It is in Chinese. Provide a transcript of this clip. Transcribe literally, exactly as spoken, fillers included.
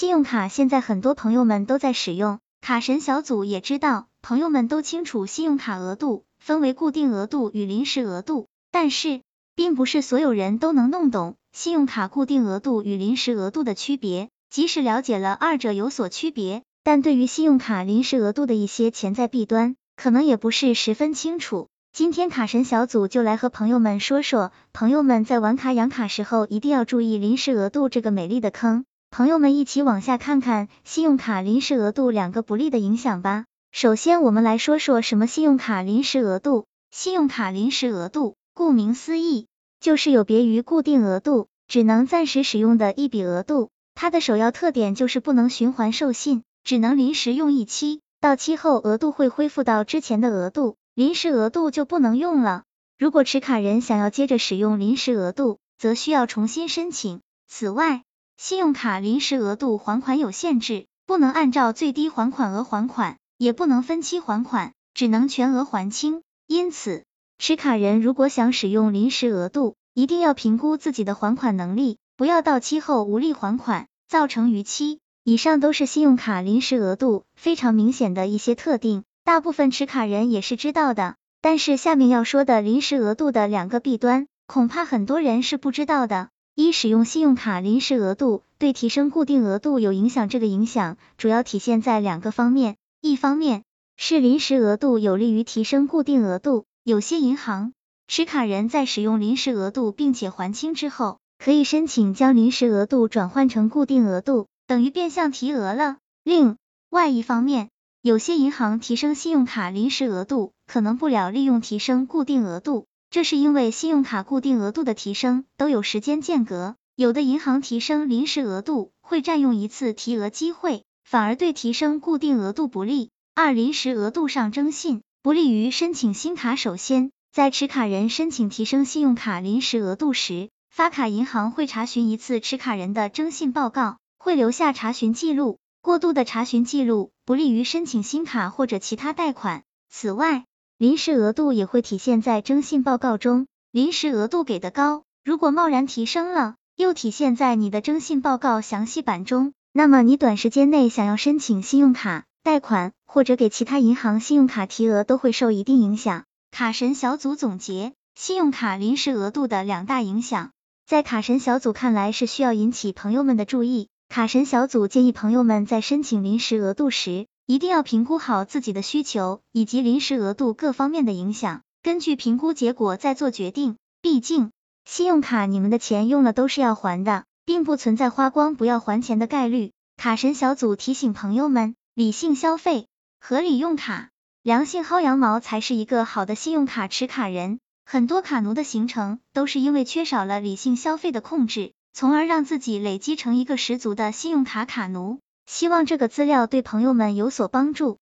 信用卡现在很多朋友们都在使用，卡神小组也知道，朋友们都清楚信用卡额度分为固定额度与临时额度，但是并不是所有人都能弄懂信用卡固定额度与临时额度的区别，即使了解了二者有所区别，但对于信用卡临时额度的一些潜在弊端，可能也不是十分清楚。今天卡神小组就来和朋友们说说，朋友们在玩卡养卡时候一定要注意临时额度这个美丽的坑。朋友们一起往下看看信用卡临时额度两个不利的影响吧。首先我们来说说什么信用卡临时额度。信用卡临时额度，顾名思义，就是有别于固定额度，只能暂时使用的一笔额度。它的首要特点就是不能循环授信，只能临时用一期，到期后额度会恢复到之前的额度，临时额度就不能用了。如果持卡人想要接着使用临时额度，则需要重新申请。此外，信用卡临时额度还款有限制，不能按照最低还款额还款，也不能分期还款，只能全额还清。因此，持卡人如果想使用临时额度，一定要评估自己的还款能力，不要到期后无力还款，造成逾期。以上都是信用卡临时额度非常明显的一些特定，大部分持卡人也是知道的。但是下面要说的临时额度的两个弊端，恐怕很多人是不知道的。一、使用信用卡临时额度对提升固定额度有影响，这个影响主要体现在两个方面，一方面是临时额度有利于提升固定额度，有些银行持卡人在使用临时额度并且还清之后，可以申请将临时额度转换成固定额度，等于变相提额了。另外一方面，有些银行提升信用卡临时额度可能不了利用提升固定额度，这是因为信用卡固定额度的提升都有时间间隔，有的银行提升临时额度会占用一次提额机会，反而对提升固定额度不利。二、临时额度上征信不利于申请新卡。首先，在持卡人申请提升信用卡临时额度时，发卡银行会查询一次持卡人的征信报告，会留下查询记录，过度的查询记录不利于申请新卡或者其他贷款。此外，临时额度也会体现在征信报告中，临时额度给的高，如果贸然提升了，又体现在你的征信报告详细版中，那么你短时间内想要申请信用卡贷款或者给其他银行信用卡提额都会受一定影响。卡神小组总结信用卡临时额度的两大影响，在卡神小组看来是需要引起朋友们的注意。卡神小组建议朋友们在申请临时额度时，一定要评估好自己的需求以及临时额度各方面的影响，根据评估结果再做决定。毕竟，信用卡你们的钱用了都是要还的，并不存在花光不要还钱的概率。卡神小组提醒朋友们，理性消费，合理用卡，良性薅羊毛才是一个好的信用卡持卡人。很多卡奴的形成都是因为缺少了理性消费的控制，从而让自己累积成一个十足的信用卡卡奴。希望这个资料对朋友们有所帮助。